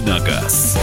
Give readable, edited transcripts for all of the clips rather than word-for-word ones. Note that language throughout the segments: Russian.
на газ».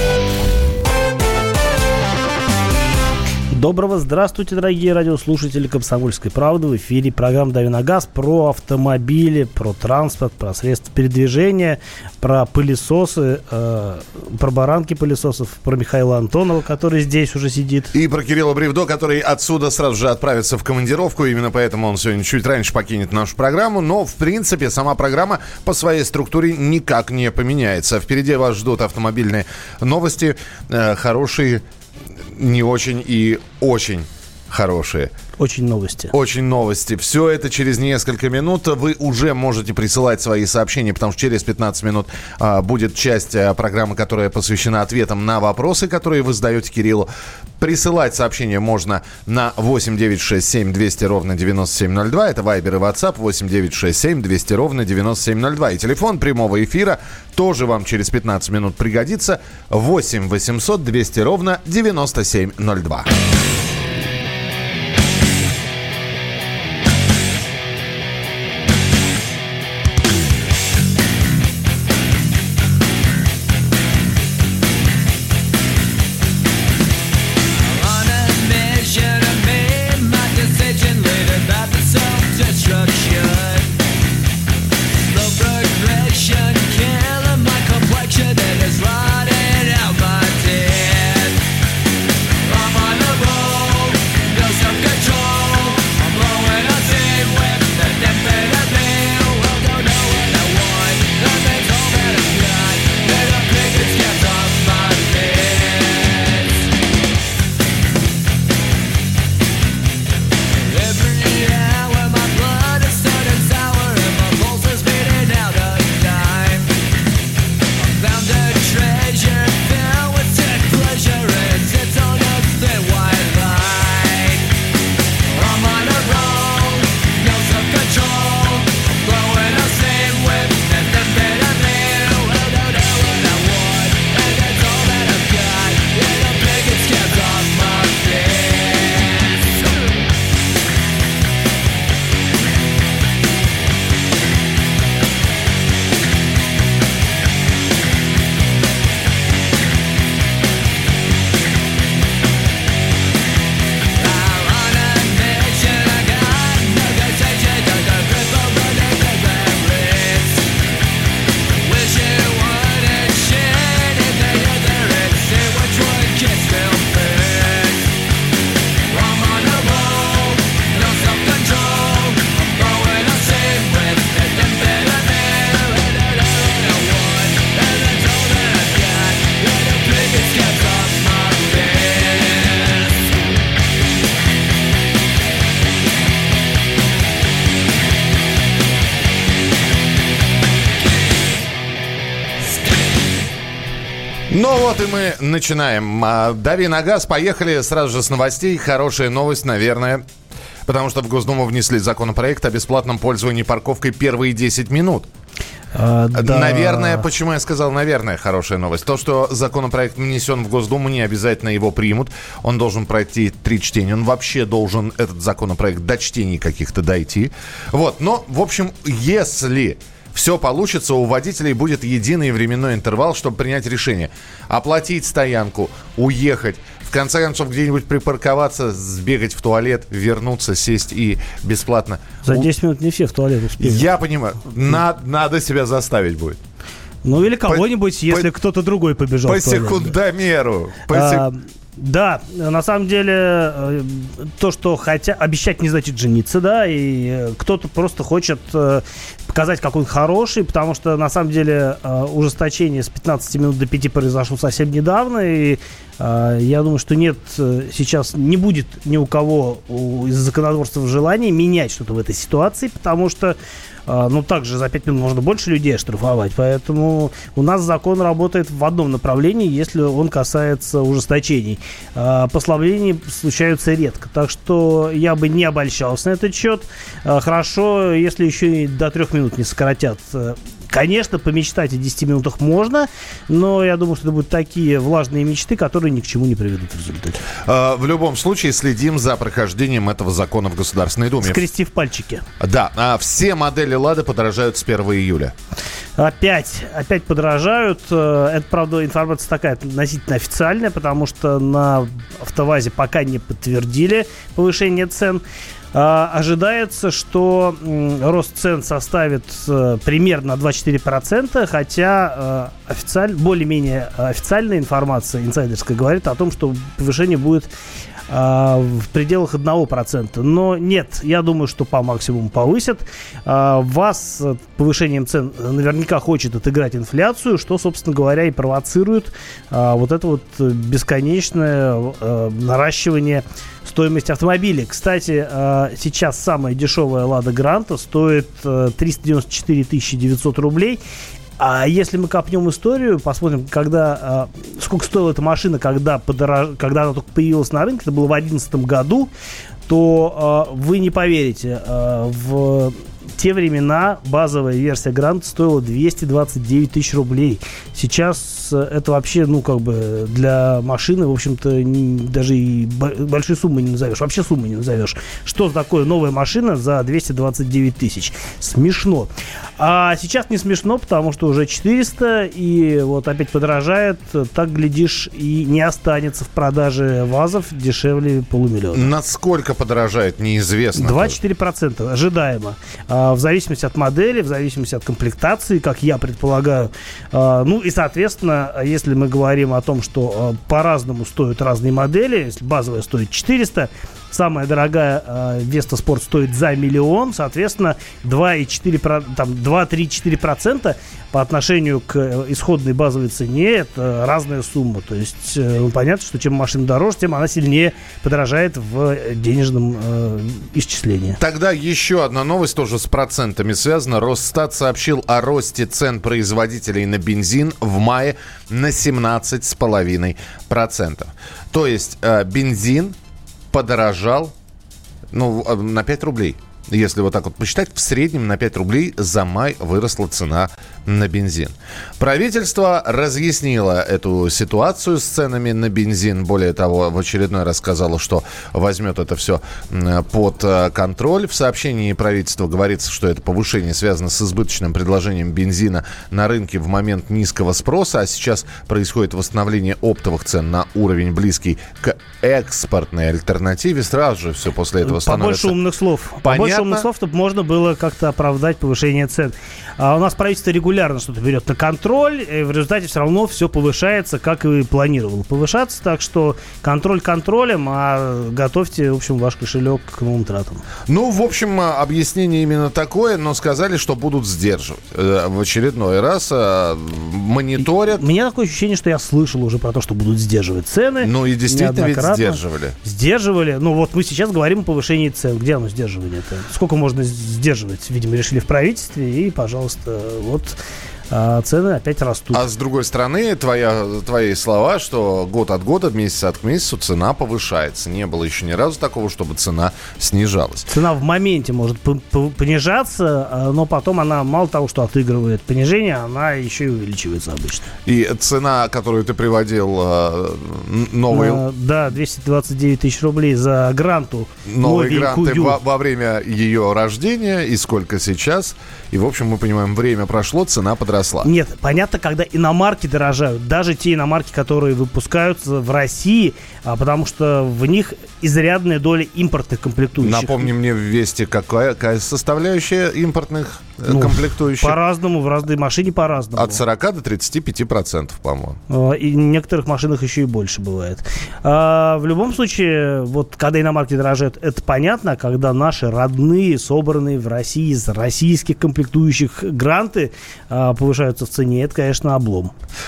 Доброго здравствуйте, дорогие радиослушатели «Комсомольской правды». В эфире программа «Дави на газ» про автомобили, про транспорт, про средства передвижения, про пылесосы, про баранки пылесосов, про Михаила Антонова, который здесь уже сидит. И про Кирилла Бревдо, который отсюда сразу же отправится в командировку. Именно поэтому он сегодня чуть раньше покинет нашу программу. Но, в принципе, сама программа по своей структуре никак не поменяется. Впереди вас ждут автомобильные новости, хорошие, не очень и очень хорошие. Очень новости. Очень новости. Все это через несколько минут. Вы уже можете присылать свои сообщения, потому что через 15 минут будет часть программы, которая посвящена ответам на вопросы, которые вы задаете Кириллу. Присылать сообщения можно на 8967 200 ровно 9702. Это Вайбер и WhatsApp 8967 200 ровно 9702. И телефон прямого эфира тоже вам через 15 минут пригодится. 8 800 200 ровно 9702. Ну вот и мы начинаем. Дави на газ. Поехали сразу же с новостей. Хорошая новость, наверное. Потому что в Госдуму внесли законопроект о бесплатном пользовании парковкой первые 10 минут. Да. Наверное, почему я сказал, наверное, хорошая новость. То, что законопроект внесен в Госдуму, не обязательно его примут. Он должен пройти 3 чтения. Он вообще должен, этот законопроект, до чтений каких-то дойти. Вот, но, в общем, если все получится, у водителей будет единый временной интервал, чтобы принять решение. Оплатить стоянку, уехать, в конце концов где-нибудь припарковаться, сбегать в туалет, вернуться, сесть и бесплатно. За 10 минут не все в туалет успеют. Я понимаю. Надо себя заставить будет. Ну или кого-нибудь, если кто-то другой побежал по в туалет. Секундомеру. Да, на самом деле, то, что обещать не значит жениться, да, и кто-то просто хочет показать, какой он хороший, потому что, на самом деле, ужесточение с 15 минут до 5 произошло совсем недавно, и я думаю, что сейчас не будет ни у кого из законотворцев желания менять что-то в этой ситуации, потому что также за 5 минут можно больше людей оштрафовать, поэтому у нас закон работает в одном направлении, если он касается ужесточений. Послабления случаются редко, так что я бы не обольщался на этот счет. Хорошо, если еще и до 3 минут не сократят Конечно, помечтать о 10 минутах можно, но я думаю, что это будут такие влажные мечты, которые ни к чему не приведут в результате. В любом случае, следим за прохождением этого закона в Государственной Думе. Скрестив пальчики. Да, все модели «Лады» подорожают с 1 июля. Опять подорожают. Это, правда, информация такая относительно официальная, потому что на АвтоВАЗе пока не подтвердили повышение цен. Ожидается, что рост цен составит примерно 24%, хотя более-менее официальная информация, инсайдерская, говорит о том, что повышение будет в пределах 1%. Но нет, я думаю, что по максимуму повысят. ВАЗ повышением цен наверняка хочет отыграть инфляцию, что, собственно говоря, и провоцирует вот это вот бесконечное наращивание стоимости автомобилей. Кстати, сейчас самая дешевая «Лада Гранта» стоит 394 900 рублей. А если мы копнем историю, посмотрим, сколько стоила эта машина, когда она только появилась на рынке, это было в 2011 году, то вы не поверите, в те времена базовая версия Гранта стоила 229 тысяч рублей. Сейчас это вообще, для машины, в общем-то, даже и большой суммы не назовешь. Вообще суммы не назовешь. Что такое новая машина за 229 тысяч? Смешно. А сейчас не смешно, потому что уже 400, и вот опять подорожает. Так, глядишь, и не останется в продаже ВАЗов дешевле полумиллиона. Насколько подорожает, неизвестно. 24% ожидаемо. В зависимости от модели, в зависимости от комплектации, как я предполагаю. И, соответственно, если мы говорим о том, что по-разному стоят разные модели, если базовая стоит 400, самая дорогая Vesta Sport стоит за 1 миллион, соответственно, 2-3-4% по отношению к исходной базовой цене – это разная сумма. То есть понятно, что чем машина дороже, тем она сильнее подорожает в денежном исчислении. Тогда еще одна новость тоже с процентами связана. Росстат сообщил о росте цен производителей на бензин в мае на 17,5%. То есть бензин подорожал на 5 рублей. Если вот так вот посчитать, в среднем на 5 рублей за май выросла цена на бензин. Правительство разъяснило эту ситуацию с ценами на бензин. Более того, в очередной раз сказало, что возьмет это все под контроль. В сообщении правительства говорится, что это повышение связано с избыточным предложением бензина на рынке в момент низкого спроса, а сейчас происходит восстановление оптовых цен на уровень, близкий к экспортной альтернативе. Сразу же все после этого становится... Побольше умных слов. Побольше умных слов, чтобы можно было как-то оправдать повышение цен. А у нас правительство регулярно что-то берет на контроль, и в результате все равно все повышается, как и планировало повышаться. Так что контроль контролем, а готовьте, в общем, ваш кошелек к новым тратам. В общем, объяснение именно такое, но сказали, что будут сдерживать. В очередной раз мониторят. У меня такое ощущение, что я слышал уже про то, что будут сдерживать цены. И действительно ведь сдерживали. Сдерживали. Вот мы сейчас говорим о повышении цен. Где оно сдерживание-то? Сколько можно сдерживать? Видимо, решили в правительстве, и, пожалуйста, цены опять растут. А с другой стороны, твои слова, что год от года, месяц от месяца цена повышается. Не было еще ни разу такого, чтобы цена снижалась. Цена в моменте может понижаться, но потом она мало того, что отыгрывает понижение, она еще и увеличивается обычно. И цена, которую ты приводил, новый... Да, 229 тысяч рублей за Гранту. Новые Гранты во время ее рождения и сколько сейчас. И, в общем, мы понимаем, время прошло, цена подросла. Нет, понятно, когда иномарки дорожают, даже те иномарки, которые выпускаются в России, потому что в них изрядная доля импортных комплектующих. Напомни мне, в Весте какая составляющая импортных комплектующих? По-разному, в разной машине по-разному. От 40 до 35%, по-моему. И в некоторых машинах еще и больше бывает. В любом случае, вот когда иномарки дорожают, это понятно, когда наши родные, собранные в России из российских комплектующих гранты повышаются в цене, это, конечно, облом.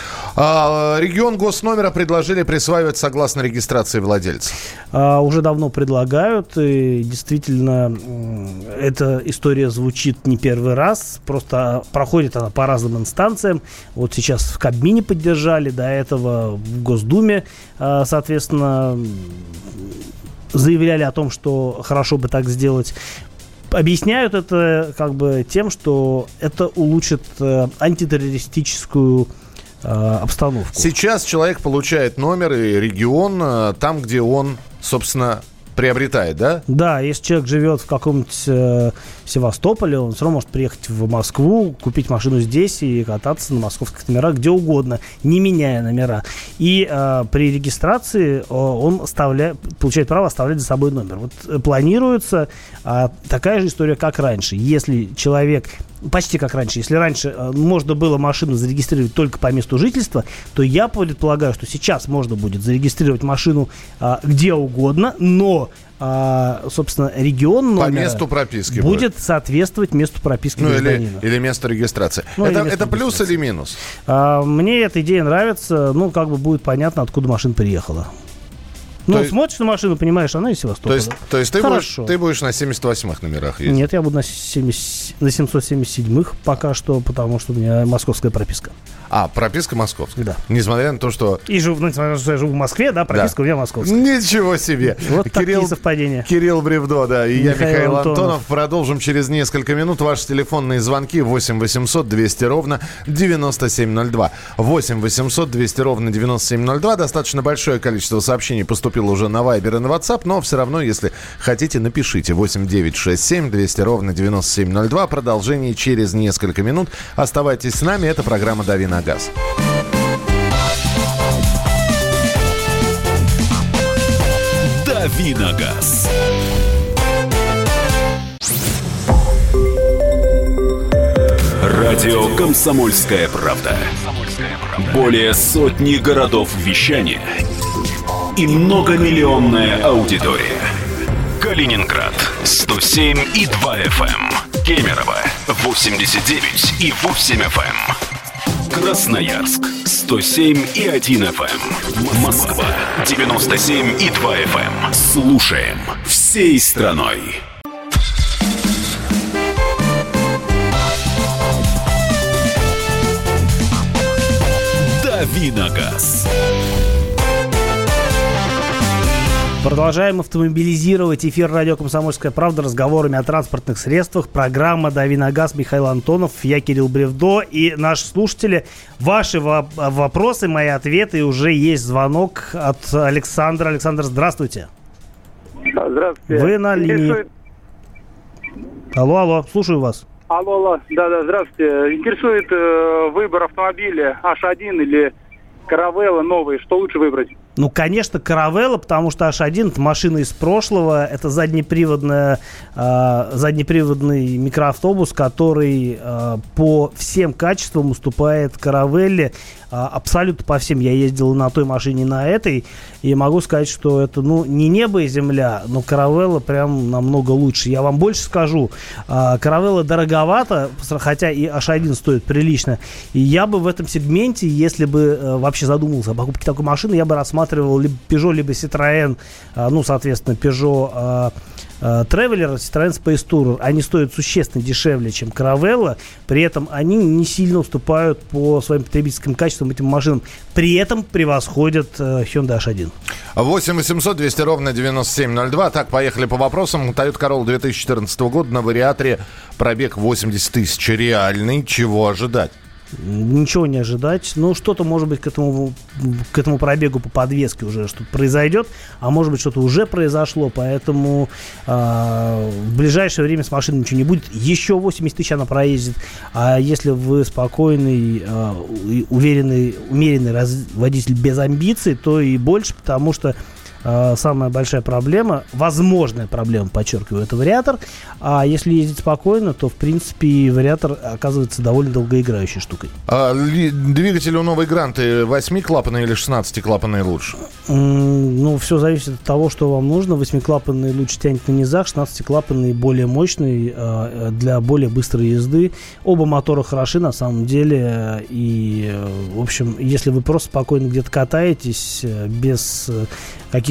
Регион госномера предложили присваивать согласно регистрации владельца. Уже давно предлагают, и действительно эта история звучит не первый раз, просто проходит она по разным инстанциям. Вот сейчас в Кабмине поддержали, до этого в Госдуме, соответственно, заявляли о том, что хорошо бы так сделать. Объясняют это как бы тем, что это улучшит антитеррористическую обстановку. Сейчас человек получает номер и регион там, где он, собственно, приобретает, да? Да, если человек живет в каком-нибудь Севастополе, он все равно может приехать в Москву, купить машину здесь и кататься на московских номерах где угодно, не меняя номера. И при регистрации он получает право оставлять за собой номер. Вот планируется такая же история, как раньше. Если человек... Почти как раньше. Если раньше можно было машину зарегистрировать только по месту жительства, то я предполагаю, что сейчас можно будет зарегистрировать машину где угодно, но, собственно, регион номера по месту прописки будет соответствовать месту прописки гражданина. Или месту регистрации. Это плюс или минус? Мне эта идея нравится. Как бы будет понятно, откуда машина приехала. Смотришь на машину, понимаешь, она из Севастополя. То есть ты будешь на 78-х номерах ездить? Нет, я буду на 777-х пока что, потому что у меня московская прописка. Прописка московская? Да. Несмотря на то, что... Несмотря на то, что я живу в Москве, да, прописка у меня московская. Ничего себе! Вот такие совпадения. Кирилл Бревдо, да, и Михаил Антонов. Продолжим через несколько минут. Ваши телефонные звонки 8 800 200 ровно 9702. 8 800 200 ровно 9702. Достаточно большое количество сообщений поступило уже на Viber и на WhatsApp, но все равно, если хотите, напишите 8 967 200 ровно 9702. Продолжение через несколько минут. Оставайтесь с нами. Это программа «Дави на газ». «Дави на газ». Радио «Комсомольская правда». Более сотни городов вещания и многомиллионная аудитория. Калининград 107,2 FM. Кемерово 89,8 FM. Красноярск 107,1 FM. Москва 97,2 FM. Слушаем всей страной. «Дави на газ». Продолжаем автомобилизировать эфир радио «Комсомольская правда» разговорами о транспортных средствах. Программа «Дави на газ», Михаил Антонов, я Кирилл Бревдо. И наши слушатели, ваши вопросы, мои ответы. И уже есть звонок от Александра. Александр, здравствуйте. Здравствуйте. Вы на линии. Алло, слушаю вас. Алло, да, здравствуйте. Интересует выбор автомобиля H1 или Caravelle новый. Что лучше выбрать? Конечно, Caravelle, потому что H1 – это машина из прошлого. Это заднеприводный микроавтобус, который по всем качествам уступает Caravelle. Абсолютно по всем. Я ездил на той машине, на этой. И могу сказать, что это, не небо и земля, но Caravelle прям намного лучше. Я вам больше скажу. Caravelle дороговато, хотя и H1 стоит прилично. И я бы в этом сегменте, если бы вообще задумался о покупке такой машины, я бы рассматривал либо Peugeot, либо Citroën. Соответственно, Peugeot Traveler, Citroën Space Tourer. Они стоят существенно дешевле, чем Caravelle. При этом они не сильно уступают по своим потребительским качествам этим машинам. При этом превосходят Hyundai H1. 8 800 200 ровно 9702. Так, поехали по вопросам. Toyota Corolla 2014 года на вариаторе. Пробег 80 тысяч. Реальный. Чего ожидать? Ничего не ожидать. Что-то, может быть, к этому пробегу по подвеске уже что-то произойдет, а может быть, что-то уже произошло, поэтому в ближайшее время с машиной ничего не будет. Еще 80 тысяч она проездит. А если вы спокойный, умеренный водитель без амбиций, то и больше, потому что самая большая проблема, возможная проблема, подчеркиваю, это вариатор. А если ездить спокойно, то, в принципе, вариатор оказывается довольно долгоиграющей штукой. Двигатель у новой Гранты 8-клапанный или 16-клапанный лучше? Все зависит от того, что вам нужно. 8-клапанный лучше тянет на низах, 16-клапанный более мощный для более быстрой езды. Оба мотора хороши на самом деле. И, в общем, если вы просто спокойно где-то катаетесь без каких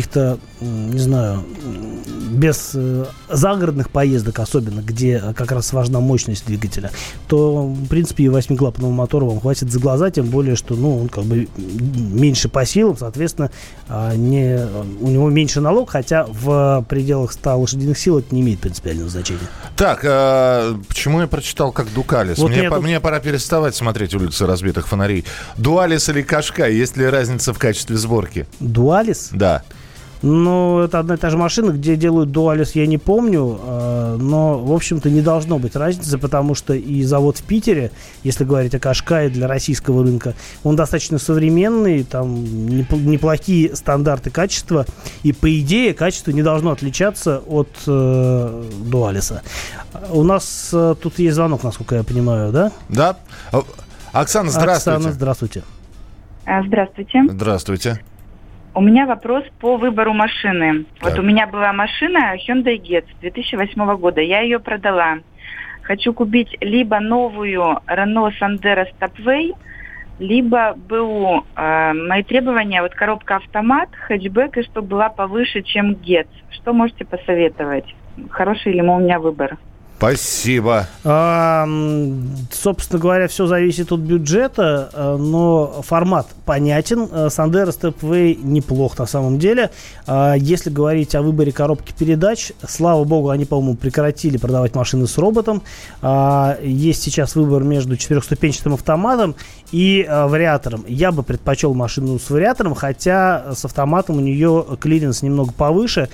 каких-то, не знаю, без загородных поездок особенно, где как раз важна мощность двигателя, то, в принципе, и 8-клапанного мотора вам хватит за глаза, тем более, что, он как бы меньше по силам, соответственно, у него меньше налог, хотя в пределах 100 лошадиных сил это не имеет принципиального значения. Так, почему я прочитал как Дукалис? Вот Мне пора переставать смотреть «Улицы разбитых фонарей». Дуалис или Кашкай? Есть ли разница в качестве сборки? Дуалис? Да. Это одна и та же машина, где делают Дуалис, я не помню, но, в общем-то, не должно быть разницы, потому что и завод в Питере, если говорить о Кашкае для российского рынка, он достаточно современный, там неплохие стандарты качества, и, по идее, качество не должно отличаться от Дуалиса. У нас тут есть звонок, насколько я понимаю, да? Да. Оксана, здравствуйте. Оксана, здравствуйте. Здравствуйте. Здравствуйте. У меня вопрос по выбору машины. Так. Вот у меня была машина Hyundai Getz 2008 года. Я ее продала. Хочу купить либо новую Renault Sandero Stepway, либо БУ. Мои требования, вот коробка автомат, хэтчбэк, и чтобы была повыше, чем Getz. Что можете посоветовать? Хороший ли у меня выбор? Спасибо. Собственно говоря, все зависит от бюджета, но формат понятен. Sandero Stepway неплох на самом деле. Если говорить о выборе коробки передач, слава богу, они, по-моему, прекратили продавать машины с роботом. Есть сейчас выбор между четырехступенчатым автоматом и вариатором. Я бы предпочел машину с вариатором, хотя с автоматом у нее клиренс немного повыше.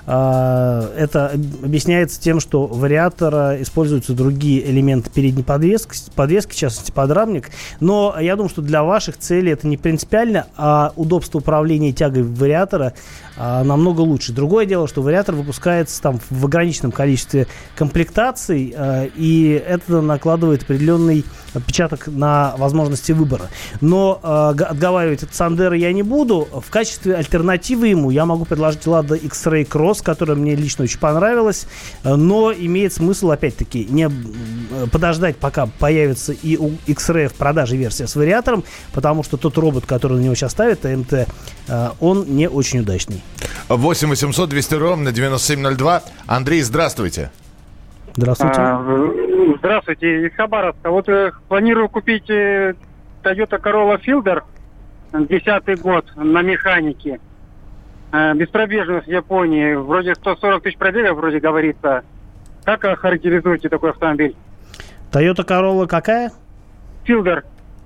Это объясняется тем, что у вариатора используются другие элементы передней подвески, в частности подрамник. Но я думаю, что для ваших целей это не принципиально, а удобство управления тягой вариатора намного лучше. Другое дело, что вариатор выпускается там в ограниченном количестве комплектаций, и это накладывает определенный отпечаток на возможности выбора. Но отговаривать от Sandero я не буду. В качестве альтернативы ему я могу предложить Lada X-Ray Cross, которая мне лично очень понравилась, но имеет смысл, опять-таки, не подождать, пока появится и у X-Ray в продаже версия с вариатором, потому что тот робот, который на него сейчас ставят, АМТ, он не очень удачный. 8 800 200 ровно 9702. Андрей, здравствуйте. Здравствуйте. Здравствуйте, из Хабаровска. Вот планирую купить Toyota Corolla Fielder, 10-й год, на механике. Беспробежность в Японии. Вроде 140 тысяч пробегов, вроде говорится. Как характеризуете такой автомобиль? Toyota Corolla какая? Fielder.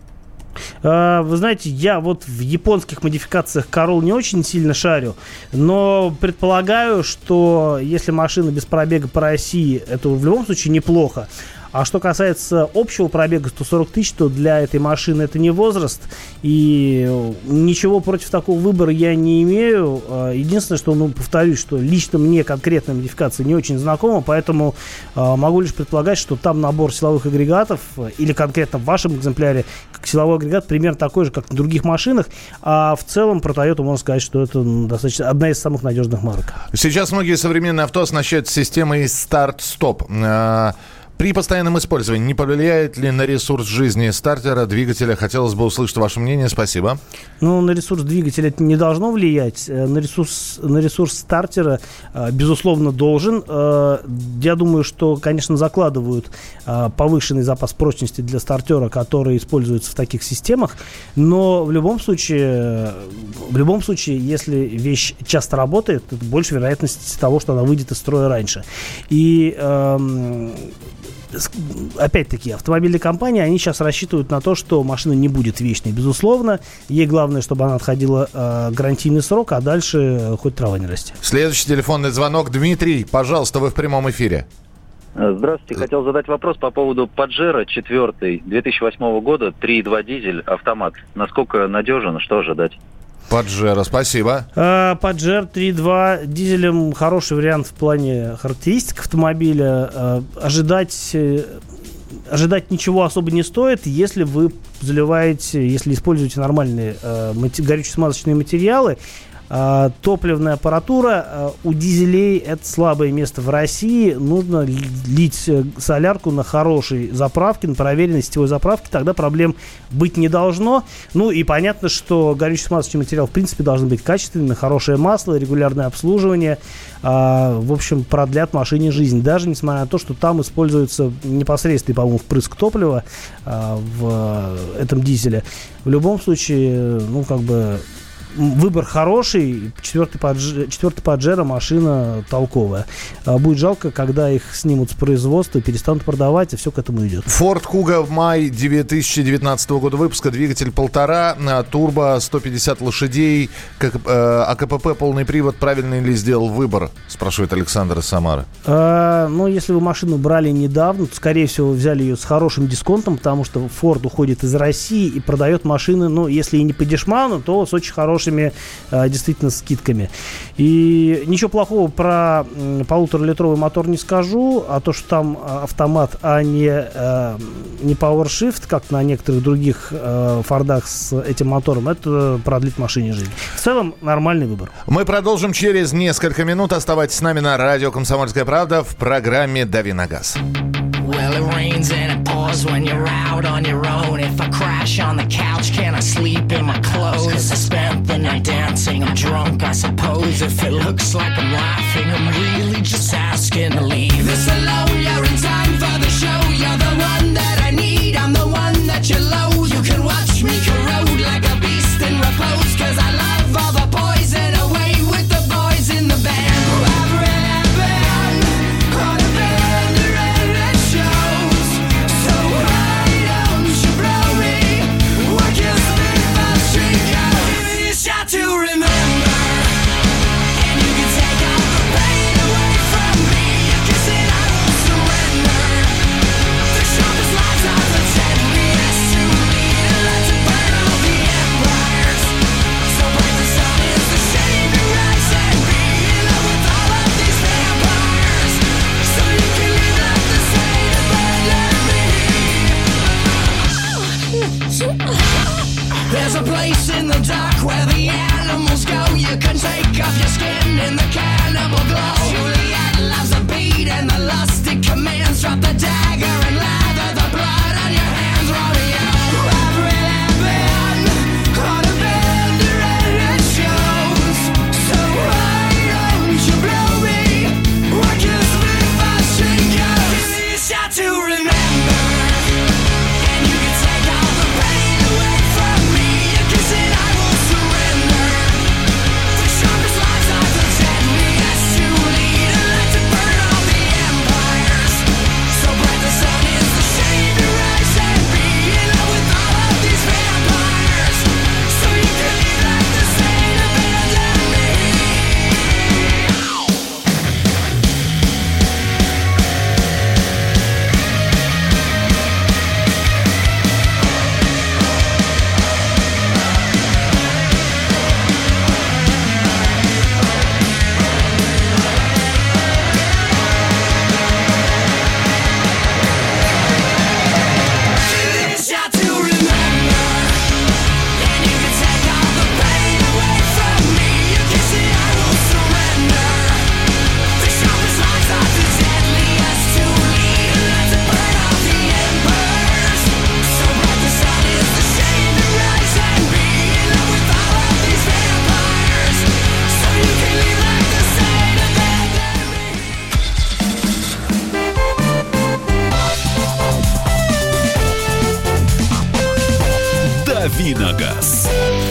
Вы знаете, я вот в японских модификациях Corolla не очень сильно шарю, но предполагаю, что если машина без пробега по России, это в любом случае неплохо. А что касается общего пробега 140 тысяч, то для этой машины это не возраст. И ничего против такого выбора я не имею. Единственное, что, повторюсь, что лично мне конкретная модификация не очень знакома, поэтому могу лишь предполагать, что там набор силовых агрегатов, или конкретно в вашем экземпляре силовой агрегат примерно такой же, как на других машинах. А в целом про Toyota можно сказать, что это достаточно одна из самых надежных марок. Сейчас многие современные авто оснащаются системой старт-стоп. При постоянном использовании не повлияет ли на ресурс жизни стартера, двигателя? Хотелось бы услышать ваше мнение. Спасибо. На ресурс двигателя это не должно влиять. На ресурс стартера, безусловно, должен. Я думаю, что, конечно, закладывают повышенный запас прочности для стартера, который используется в таких системах. Но в любом случае, если вещь часто работает, то больше вероятность того, что она выйдет из строя раньше. И опять-таки, автомобильные компании, они сейчас рассчитывают на то, что машина не будет вечной, безусловно. Ей главное, чтобы она отходила гарантийный срок, а дальше хоть трава не расти. Следующий телефонный звонок. Дмитрий, пожалуйста, вы в прямом эфире. Здравствуйте. Хотел задать вопрос по поводу Паджеро 4 2008 года, 3.2 дизель, автомат. Насколько надежен, что ожидать? Паджеро, спасибо. Паджеро 3.2 дизелем хороший вариант в плане характеристик автомобиля. Ожидать ничего особо не стоит, если вы заливаете, если используете нормальные горюче-смазочные материалы. Топливная аппаратура у дизелей — это слабое место в России. Нужно лить солярку на хорошей заправке, на проверенной сетевой заправке, тогда проблем быть не должно. Ну и понятно, что горючий смазочный материал в принципе должен быть качественный, хорошее масло, регулярное обслуживание. В общем, продлят машине жизнь, даже несмотря на то, что там используется непосредственный, по-моему, впрыск топлива в этом дизеле. В любом случае, выбор хороший, четвертый Паджеро машина толковая. Будет жалко, когда их снимут с производства, перестанут продавать, и все к этому идет. Ford Kuga в мае 2019 года выпуска, двигатель 1.5, турбо, 150 лошадей, АКПП, полный привод. Правильный ли сделал выбор, спрашивает Александр из Самары. Если вы машину брали недавно, то, скорее всего, вы взяли ее с хорошим дисконтом, потому что Ford уходит из России и продает машины, если и не по дешману, то с очень хорошими действительно скидками. И ничего плохого про 1,5-литровый мотор не скажу, а то, что там автомат, а не PowerShift, как на некоторых других Фордах с этим мотором, это продлит машине жизнь. В целом, нормальный выбор. Мы продолжим через несколько минут. Оставайтесь с нами на радио «Комсомольская правда» в программе «Дави на газ». Well, it rains and it pours when you're out on your own. If I crash on the couch, can I sleep in my clothes? 'Cause I spent the night dancing, I'm drunk, I suppose. If it looks like I'm laughing, I'm really just asking to leave this alone. You're in time for the show, you're the one that I need, I'm the one that you loathe. You can watch me corrode like a beast in repose. 'Cause I love all the poison away with the boys in the band. There's a place in the dark where the animals go. You can take off your skin in the cannibal glow. Juliet loves the beat and the lust it commands. Drop the dagger and lather the blood on your hands, Romeo. I've really been on a bender and it shows. So why don't you blow me? What gives me my shake? Give me a shot to remember. And you can take all the pain away from me. I will surrender. The sharpest lies are the deadliest to lead, and let it burn all the empires. So bright the sun is the shade to rise and be in love with all of these vampires. So you can leave like the same, abandon me. «Дави на газ».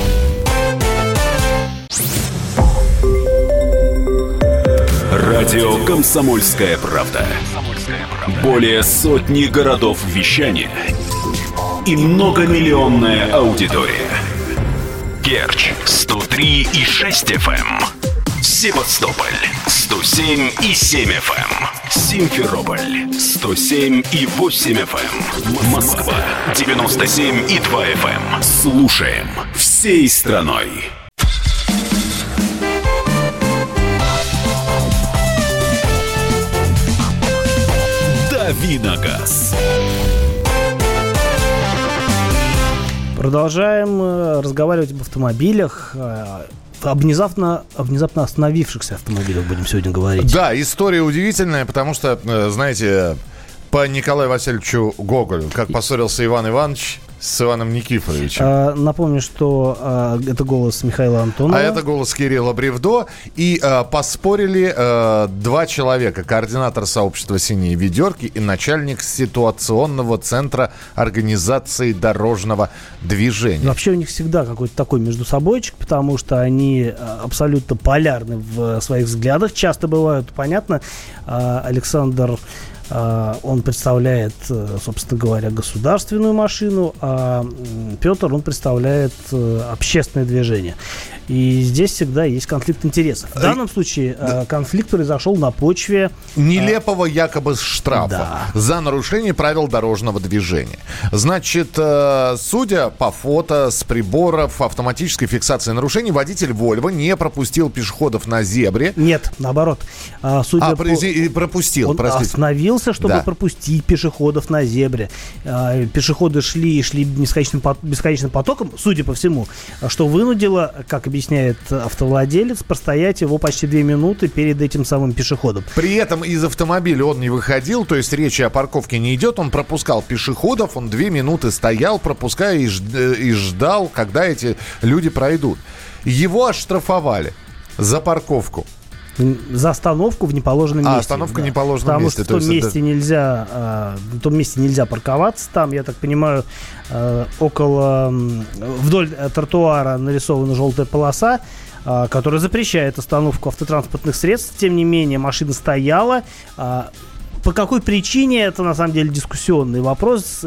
Радио «Комсомольская правда». Более сотни городов вещания и многомиллионная аудитория. Керчь 103,6 FM. Севастополь 107,7 FM. Симферополь 107,8 FM. Москва 97,2 FM. Слушаем всей страной. «Дави на газ». Продолжаем разговаривать об автомобилях. внезапно остановившихся автомобилях будем сегодня говорить. Да, история удивительная, потому что, знаете, по Николаю Васильевичу Гоголю, как поссорился Иван Иванович с Иваном Никифоровичем. Напомню, что это голос Михаила Антонова. А это голос Кирилла Бревдо. И поспорили два человека. Координатор сообщества «Синие ведерки» и начальник ситуационного центра организации дорожного движения. Вообще у них всегда какой-то такой междусобойчик, потому что они абсолютно полярны в своих взглядах. Часто бывают, понятно, Александр... Он представляет, собственно говоря, государственную машину, а Петр, он представляет общественное движение. И здесь всегда есть конфликт интересов. В данном случае конфликт произошел на почве... нелепого якобы штрафа за нарушение правил дорожного движения. Значит, судя по фото с приборов автоматической фиксации нарушений, водитель Вольво не пропустил пешеходов на зебре. Нет, наоборот. Пропустил, он остановился, чтобы пропустить пешеходов на зебре. Пешеходы шли бесконечным потоком, судя по всему, что вынудило, как объясняет автовладелец, простоять его почти 2 минуты перед этим самым пешеходом. При этом из автомобиля он не выходил, то есть речи о парковке не идет, он пропускал пешеходов, он 2 минуты стоял, пропуская и ждал, когда эти люди пройдут. Его оштрафовали за парковку. За остановку в неположенном месте. Остановка в неположенном месте. Потому что в том месте нельзя парковаться. Там, я так понимаю, вдоль тротуара нарисована желтая полоса, которая запрещает остановку автотранспортных средств. Тем не менее, машина стояла. По какой причине, это на самом деле дискуссионный вопрос.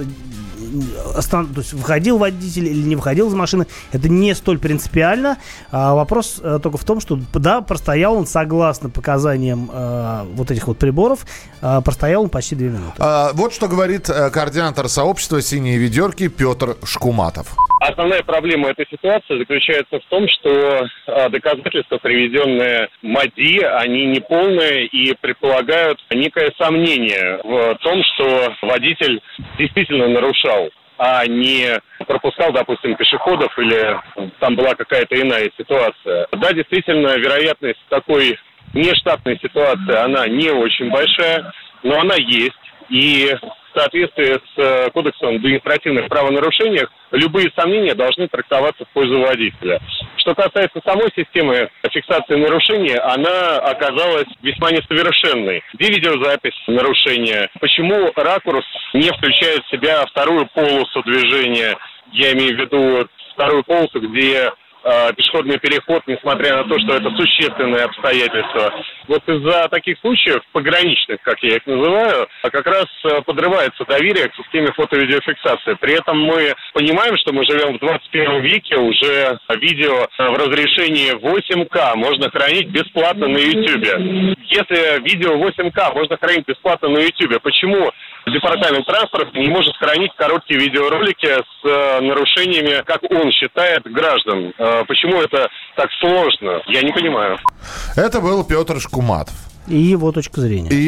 То есть выходил водитель или не выходил из машины, это не столь принципиально. Вопрос только в том, что да, простоял он, согласно показаниям вот этих вот приборов, простоял он почти 2 минуты. Вот что говорит координатор сообщества «Синие ведерки» Петр Шкуматов. Основная проблема этой ситуации заключается в том, что доказательства, приведенные МАДИ, они неполные и предполагают некое сомнение в том, что водитель действительно нарушал, а не пропускал, допустим, пешеходов или там была какая-то иная ситуация. Да, действительно, вероятность такой нештатной ситуации, она не очень большая, но она есть. И в соответствии с Кодексом об административных правонарушениях любые сомнения должны трактоваться в пользу водителя. Что касается самой системы фиксации нарушений, она оказалась весьма несовершенной. Где видеозапись нарушения? Почему ракурс не включает в себя вторую полосу движения? Я имею в виду вторую полосу, где пешеходный переход, несмотря на то, что это существенное обстоятельство. Вот из-за таких случаев, пограничных, как я их называю, как раз подрывается доверие к системе фото-видеофиксации. При этом мы понимаем, что мы живем в 21 веке, уже видео в разрешении 8К можно хранить бесплатно на YouTube. Если видео 8К можно хранить бесплатно на YouTube, почему департамент транспорта не может хранить короткие видеоролики с нарушениями, как он считает, граждан? Почему это так сложно? Я не понимаю. Это был Петр Шкуматов. И его точка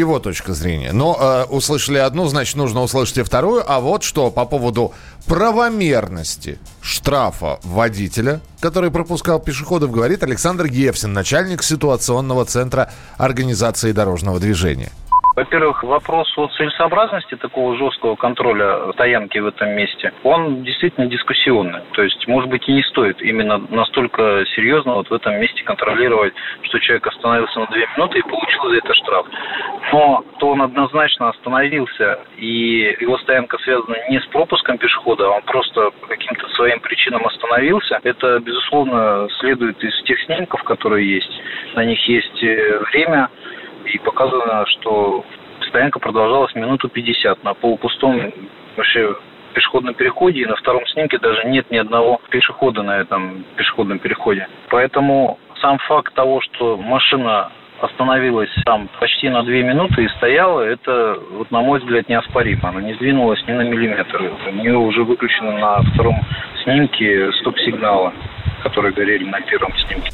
зрения. Но услышали одну, значит, нужно услышать и вторую. А вот что по поводу правомерности штрафа водителя, который пропускал пешеходов, говорит Александр Евсин, начальник ситуационного центра организации дорожного движения. Во-первых, вопрос о целесообразности такого жесткого контроля стоянки в этом месте, он действительно дискуссионный. То есть, может быть, и не стоит именно настолько серьезно вот в этом месте контролировать, что человек остановился на 2 минуты и получил за это штраф. Но то он однозначно остановился, и его стоянка связана не с пропуском пешехода, а он просто по каким-то своим причинам остановился. Это, безусловно, следует из тех снимков, которые есть. На них есть время, и показано, что стоянка продолжалась минуту 50 на полупустом вообще пешеходном переходе, и на втором снимке даже нет ни одного пешехода на этом пешеходном переходе. Поэтому сам факт того, что машина остановилась там почти на 2 минуты и стояла, это, вот, на мой взгляд, неоспоримо. Она не сдвинулась ни на миллиметр. У нее уже выключено на втором снимке стоп-сигналы, которые горели на первом снимке.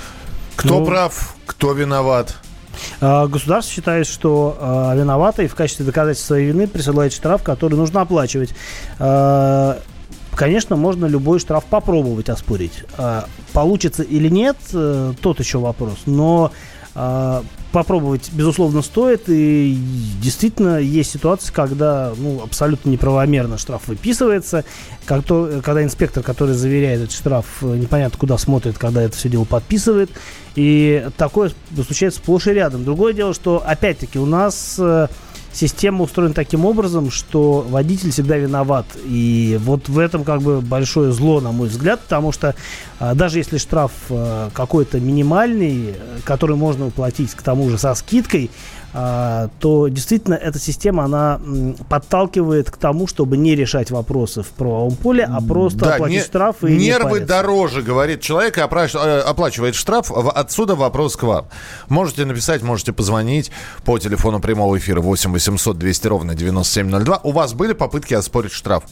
Кто прав, кто виноват? Государство считает, что виноваты, и в качестве доказательства своей вины присылает штраф, который нужно оплачивать. конечно, можно любой штраф попробовать оспорить. Получится или нет, тот еще вопрос. Но попробовать, безусловно, стоит. И действительно есть ситуации, когда абсолютно неправомерно штраф выписывается. Когда инспектор, который заверяет этот штраф, непонятно куда смотрит, когда это все дело подписывает. И такое случается сплошь и рядом. Другое дело, что, опять-таки, у нас система устроена таким образом, что водитель всегда виноват. И вот в этом большое зло, на мой взгляд, потому что даже если штраф какой-то минимальный, который можно уплатить к тому же со скидкой, то действительно эта система, она подталкивает к тому, чтобы не решать вопросы в правовом поле, а просто оплатить штраф и нервы дороже, говорит человек, и оплачивает штраф. Отсюда вопрос к вам. Можете написать, можете позвонить по телефону прямого эфира 8 800 200 ровно 9702. У вас были попытки оспорить штраф?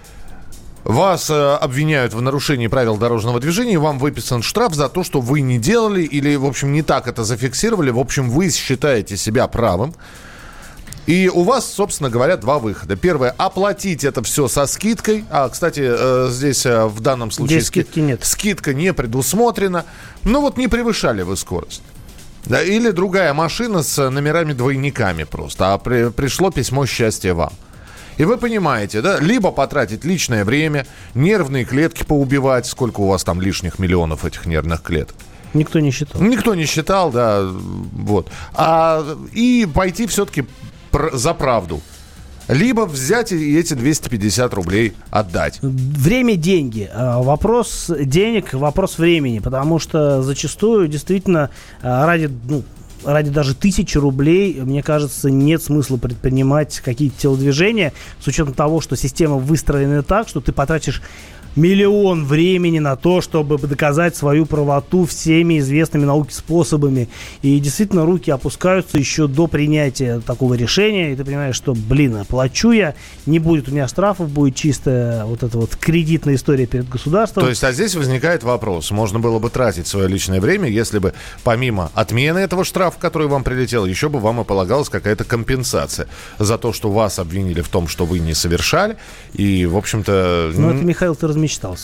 Вас обвиняют в нарушении правил дорожного движения, и вам выписан штраф за то, что вы не делали или, в общем, не так это зафиксировали. В общем, вы считаете себя правым. И у вас, собственно говоря, два выхода. Первое – оплатить это все со скидкой. Кстати, здесь в данном случае скидки нет. Скидка не предусмотрена. Не превышали вы скорость. Да, или другая машина с номерами-двойниками просто. Пришло письмо счастья вам. И вы понимаете, да, либо потратить личное время, нервные клетки поубивать, сколько у вас там лишних миллионов этих нервных клеток. Никто не считал. Никто не считал, да, вот. И пойти все-таки за правду. Либо взять и эти 250 рублей отдать. Время – деньги. Вопрос денег – вопрос времени, потому что зачастую действительно ради даже 1000 рублей, мне кажется, нет смысла предпринимать какие-то телодвижения, с учетом того, что система выстроена так, что ты потратишь миллион времени на то, чтобы доказать свою правоту всеми известными науке способами. И действительно руки опускаются еще до принятия такого решения. И ты понимаешь, что, плачу я, не будет у меня штрафов, будет чистая вот эта вот кредитная история перед государством. То есть, здесь возникает вопрос. Можно было бы тратить свое личное время, если бы помимо отмены этого штрафа, который вам прилетел, еще бы вам и полагалась какая-то компенсация за то, что вас обвинили в том, что вы не совершали. И, в общем-то... это, Михаил, ты размечтался.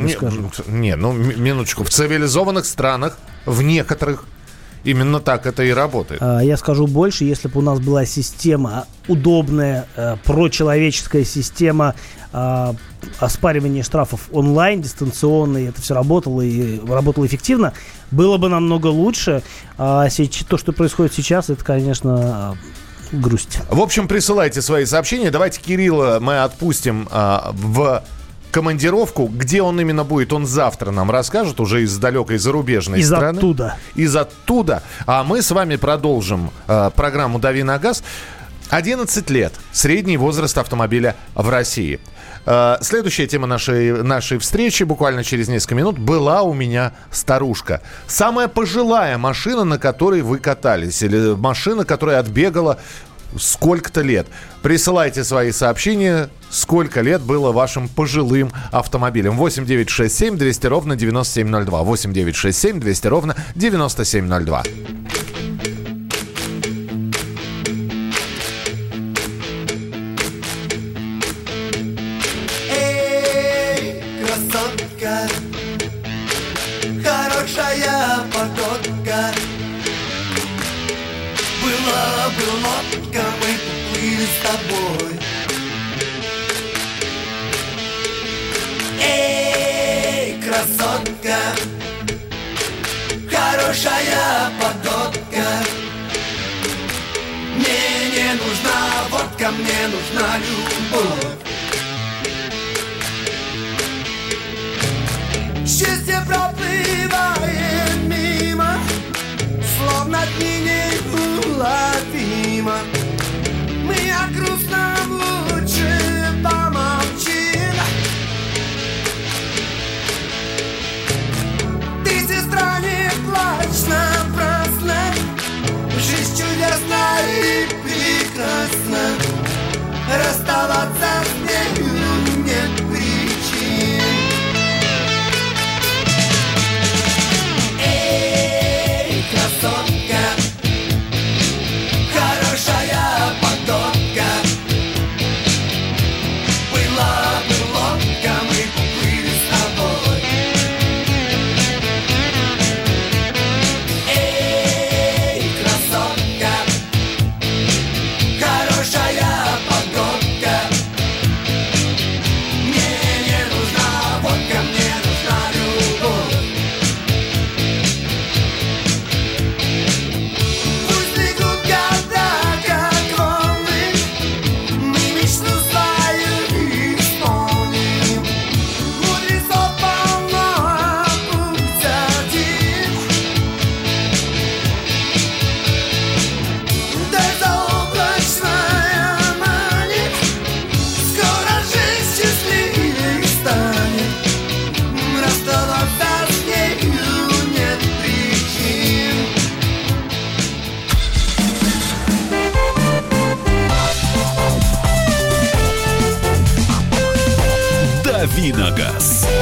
Минуточку. В цивилизованных странах, в некоторых, именно так это и работает. Я скажу больше, если бы у нас была система удобная, прочеловеческая система оспаривания штрафов онлайн, дистанционно, и это все работало и работало эффективно, было бы намного лучше. То, что происходит сейчас, это, конечно... грусть. В общем, присылайте свои сообщения. Давайте Кирилла мы отпустим в командировку. Где он именно будет, он завтра нам расскажет, уже из далекой зарубежной страны. Из оттуда. А мы с вами продолжим программу «Дави на газ». 11 лет. Средний возраст автомобиля в России. Следующая тема нашей встречи, буквально через несколько минут. Была у меня старушка. Самая пожилая машина, на которой вы катались. Или машина, которая отбегала сколько-то лет. Присылайте свои сообщения, сколько лет было вашим пожилым автомобилем. 8 967 200 ровно 9702. 8 967 200 ровно 9702. Эй, красотка, хорошая погодка. Была лодка, мы поплыли с тобой. Эй, красотка, хорошая погодка. Мне не нужна водка, мне нужна любовь. Счастье проплывает мимо, словно дни неуловимо. Мы о грустном лучше помолчим. Ты, сестра, не плачь напрасно. Жизнь чудесна и прекрасна. Расставаться с нею нет причин. Эй, красотка, Давиногаз.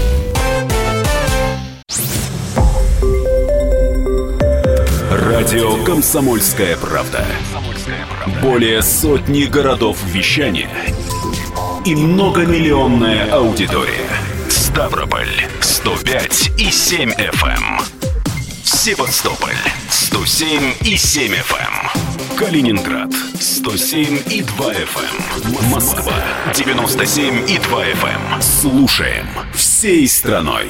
Радио «Комсомольская правда». Более сотни городов вещания и многомиллионная аудитория. Ставрополь 105,7 FM. Севастополь 107,7 FM. Калининград 107,2 FM. Москва 97,2 FM. Слушаем всей страной.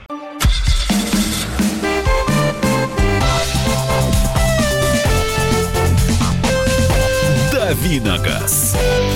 Давиногаз.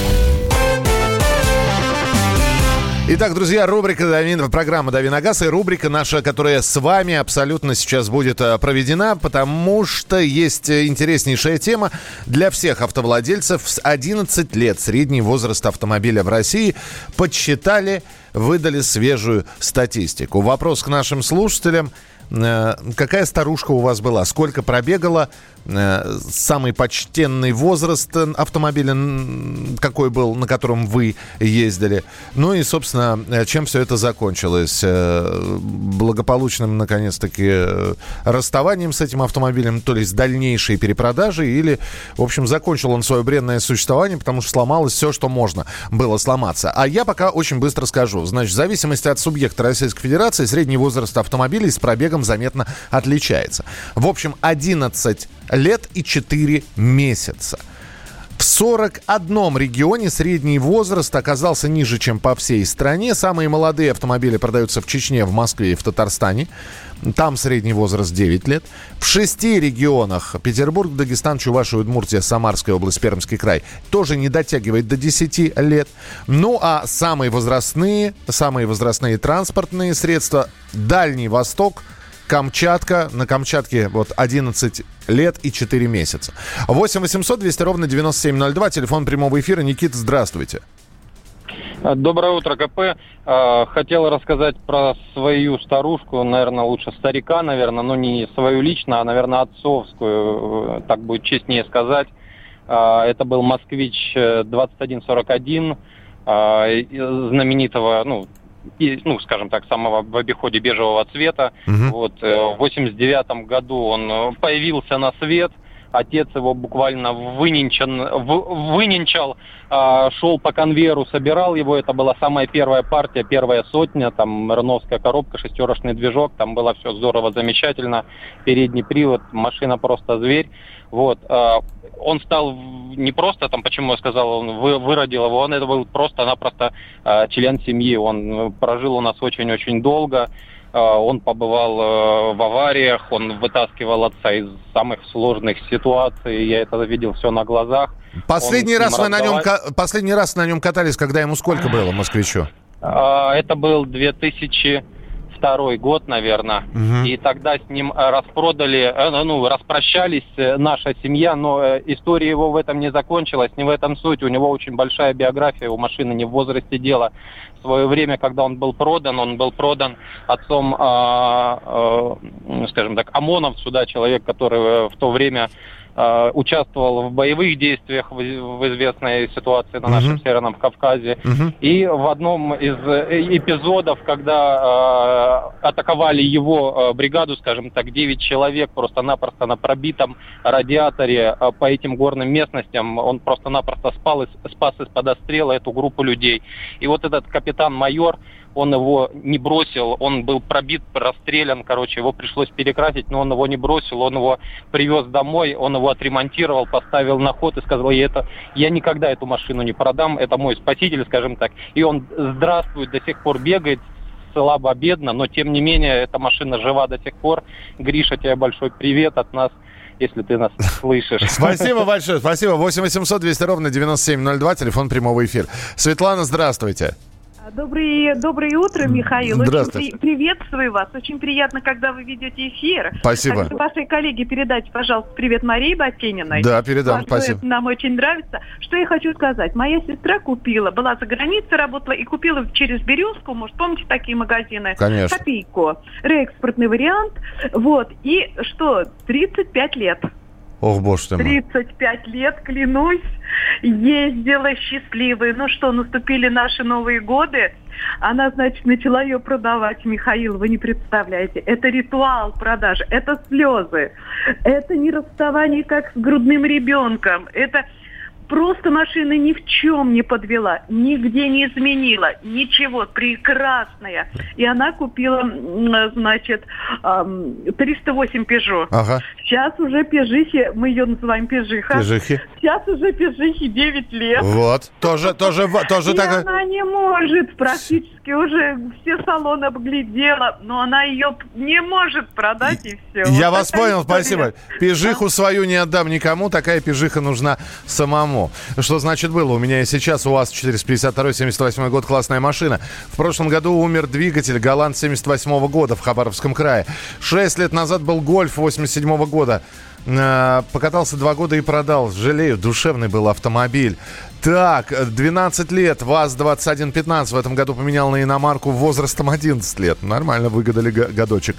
Итак, друзья, программа «Давиногаз» и рубрика наша, которая с вами абсолютно сейчас будет проведена, потому что есть интереснейшая тема для всех автовладельцев. С 11 лет средний возраст автомобиля в России подсчитали, выдали свежую статистику. Вопрос к нашим слушателям. Какая старушка у вас была? Сколько пробегала? Самый почтенный возраст автомобиля, какой был, на котором вы ездили? Ну и, собственно, чем все это закончилось? Благополучным, наконец-таки, расставанием с этим автомобилем, то ли с дальнейшей перепродажей, или, в общем, закончил он свое бренное существование, потому что сломалось все, что можно было сломаться. А я пока очень быстро скажу. Значит, в зависимости от субъекта Российской Федерации средний возраст автомобилей с пробегом заметно отличается. В общем, 11 лет и 4 месяца. В 41 регионе средний возраст оказался ниже, чем по всей стране. Самые молодые автомобили продаются в Чечне, в Москве и в Татарстане. Там средний возраст 9 лет. В 6 регионах — Петербург, Дагестан, Чувашия, Удмуртия, Самарская область, Пермский край — тоже не дотягивает до 10 лет. Ну а самые возрастные транспортные средства — Дальний Восток, Камчатка. На Камчатке 11 лет и 4 месяца. 8 800 200 ровно 9702. Телефон прямого эфира. Никита, здравствуйте. Доброе утро, КП. Хотел рассказать про свою старушку, наверное, лучше старика, но не свою лично, а, наверное, отцовскую, так будет честнее сказать. Это был «Москвич» 2141, знаменитого, скажем так, самого в обиходе бежевого цвета. В 89-м году он появился на свет. Отец его буквально выненчал, шел по конвейеру, собирал его. Это была самая первая партия, первая сотня. Там реновская коробка, шестерочный движок. Там было все здорово, замечательно. Передний привод, машина просто зверь. Он стал не просто, почему я сказал, он выродил его, это был просто-напросто член семьи. Он прожил у нас очень-очень долго. Он побывал в авариях, он вытаскивал отца из самых сложных ситуаций. Я это видел все на глазах. Последний раз на нем катались, когда ему сколько было, «Москвичу»? Это был 2002 год, наверное. И тогда с ним распрощались, наша семья, но история его в этом не закончилась, не в этом суть. У него очень большая биография, у машины не в возрасте дела. В свое время, когда он был продан отцом, скажем так, ОМОНовцу, человек, который в то время участвовал в боевых действиях в известной ситуации на нашем Северном Кавказе. И в одном из эпизодов, когда атаковали его бригаду, скажем так, 9 человек просто-напросто на пробитом радиаторе по этим горным местностям, он просто-напросто спас из-под обстрела эту группу людей. И этот капитан-майор, он его не бросил, он был пробит, расстрелян, его пришлось перекрасить, но он его не бросил, он его привез домой, он его отремонтировал, поставил на ход и сказал: я никогда эту машину не продам, это мой спаситель, скажем так. И он здравствует, до сих пор бегает, слабо-бедно, но тем не менее эта машина жива до сих пор. Гриша, тебе большой привет от нас, если ты нас слышишь. Спасибо большое, спасибо. 8 800 200 ровно 9702, телефон прямого эфира. Светлана, здравствуйте. Доброе утро, Михаил. Здравствуйте. Очень приветствую вас. Очень приятно, когда вы ведете эфир. Спасибо. Так, вашей коллеге передайте, пожалуйста, привет Марии Батениной. Да, передам, спасибо. Нам очень нравится. Что я хочу сказать. Моя сестра была за границей, работала и купила через «Березку», может, помните такие магазины? Конечно. Копейку. Реэкспортный вариант. И 35 лет. Ох, боже ты мой. 35 лет, клянусь, ездила счастливой. Ну что, наступили наши Новые годы. Она, значит, начала ее продавать. Михаил, вы не представляете. Это ритуал продажи, это слезы. Это не расставание, как с грудным ребенком. Это просто машина ни в чем не подвела, нигде не изменила, ничего, прекрасная. И она купила, значит, 308 Peugeot. Ага. Сейчас уже Пежихи, мы ее называем Пежиха. Пежихи. Сейчас уже Пежихи 9 лет. Вот, тоже И такая... она не может практически, уже все салоны обглядела, но она ее не может продать, и все. Я Вот вас такая понял, история. спасибо. Пежиху свою не отдам никому, такая пежиха нужна самому. Что значит было? У меня и сейчас УАЗ-452, 78 год, классная машина. В прошлом году умер двигатель Галант 78 года в Хабаровском крае. 6 лет назад был Гольф 87 года. Покатался 2 года и продал. Жалею, душевный был автомобиль. Так, 12 лет, ВАЗ-2115 в этом году поменял на иномарку возрастом 11 лет. Нормально выгадали годочек.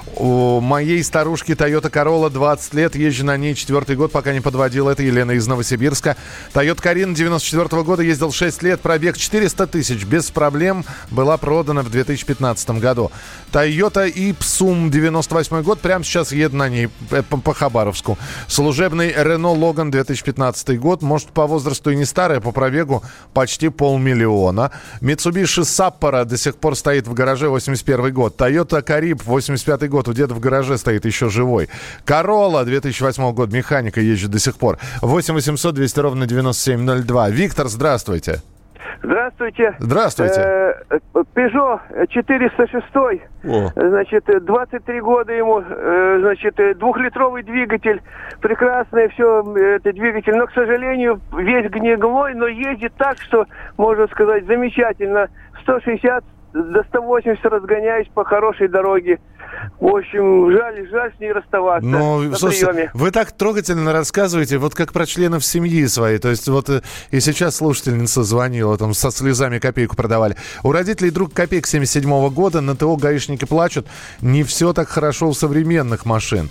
У моей старушки Toyota Corolla 20 лет, езжу на ней 4-й год, пока не подводил. Это Елена из Новосибирска. Toyota Carina 94 года, ездил 6 лет, пробег 400 тысяч, без проблем, была продана в 2015 году. Toyota Ipsum 98 год, прямо сейчас еду на ней по Хабаровску. Служебный Renault Logan 2015 год, может по возрасту и не старый, по пробегу почти 500 000. Mitsubishi Sapporo до сих пор стоит в гараже, 81 год. Toyota Carib 85 год, у деда в гараже стоит еще живой. Corolla 2008 год, механика, езжу до сих пор. 8 800 200 ровно 9702. Виктор, здравствуйте. Здравствуйте. Здравствуйте. Peugeot 406. О. Значит, 23 года ему. Значит, 2-литровый двигатель. Прекрасный все, это двигатель. Но, к сожалению, весь гнилой, но ездит так, что, можно сказать, замечательно. 160 до 180 разгоняюсь по хорошей дороге. В общем, жаль с ней расставаться. Ну, слушайте, вы так трогательно рассказываете, вот как про членов семьи своей. То есть вот и сейчас слушательница звонила, там со слезами копейку продавали. У родителей друг копейк 77 года, на ТО гаишники плачут. Не все так хорошо у современных машин.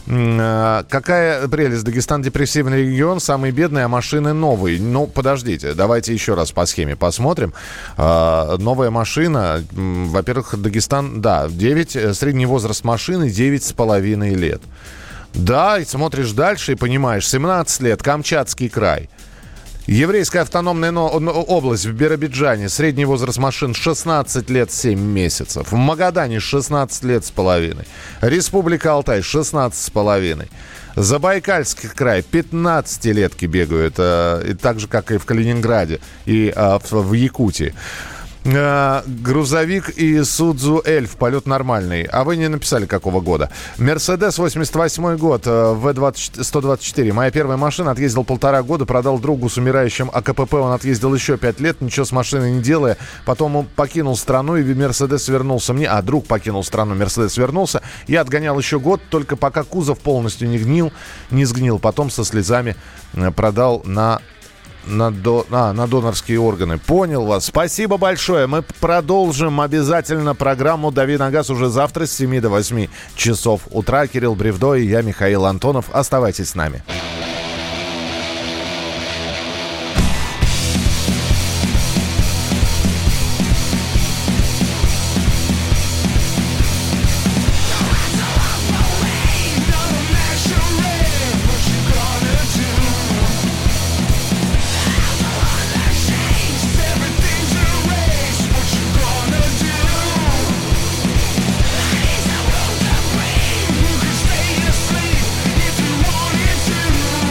Какая прелесть. Дагестан депрессивный регион, самый бедный, а машины новые. Ну, подождите, давайте еще раз по схеме посмотрим. Новая машина, во-первых, Дагестан, да, 9, средний возраст машины 9,5 лет. Да, и смотришь дальше и понимаешь, 17 лет, Камчатский край. Еврейская автономная область в Биробиджане, средний возраст машин 16 лет 7 месяцев. В Магадане 16 лет с половиной. Республика Алтай 16,5. Забайкальский край 15-летки бегают, и так же, как и в Калининграде и в Якутии. Грузовик и Судзу Эльф, полет нормальный. А вы не написали, какого года. Мерседес 88 год, В124. Моя первая машина, отъездил 1,5 года, продал другу с умирающим АКПП. Он отъездил еще 5 лет, ничего с машиной не делая. Потом он покинул страну, и Мерседес вернулся мне. Друг покинул страну, Мерседес вернулся. Я отгонял еще год, только пока кузов полностью не сгнил. Потом со слезами продал на донорские органы. Понял вас. Спасибо большое. Мы продолжим обязательно программу «Дави на газ» уже завтра с 7 до 8 часов утра. Кирилл Бревдо и я, Михаил Антонов. Оставайтесь с нами. Stay asleep if you wanted to.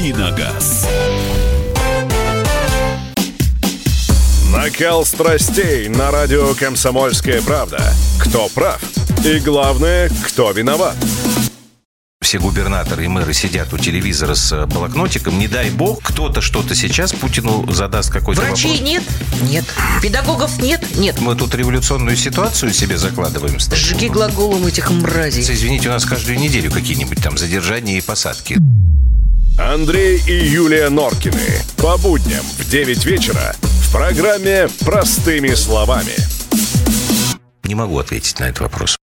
«Давиногаз». Накал страстей на радио «Комсомольская правда». Кто прав? И главное, кто виноват? Все губернаторы и мэры сидят у телевизора с блокнотиком. Не дай бог, кто-то что-то сейчас Путину задаст какой-то Врачей вопрос. нет? Нет. Педагогов нет? Нет. Мы тут революционную ситуацию себе закладываем. Сжиги глаголом этих мразей. Извините, у нас каждую неделю какие-нибудь там задержания и посадки. Андрей и Юлия Норкины. По будням в 9 вечера в программе «Простыми словами». Не могу ответить на этот вопрос.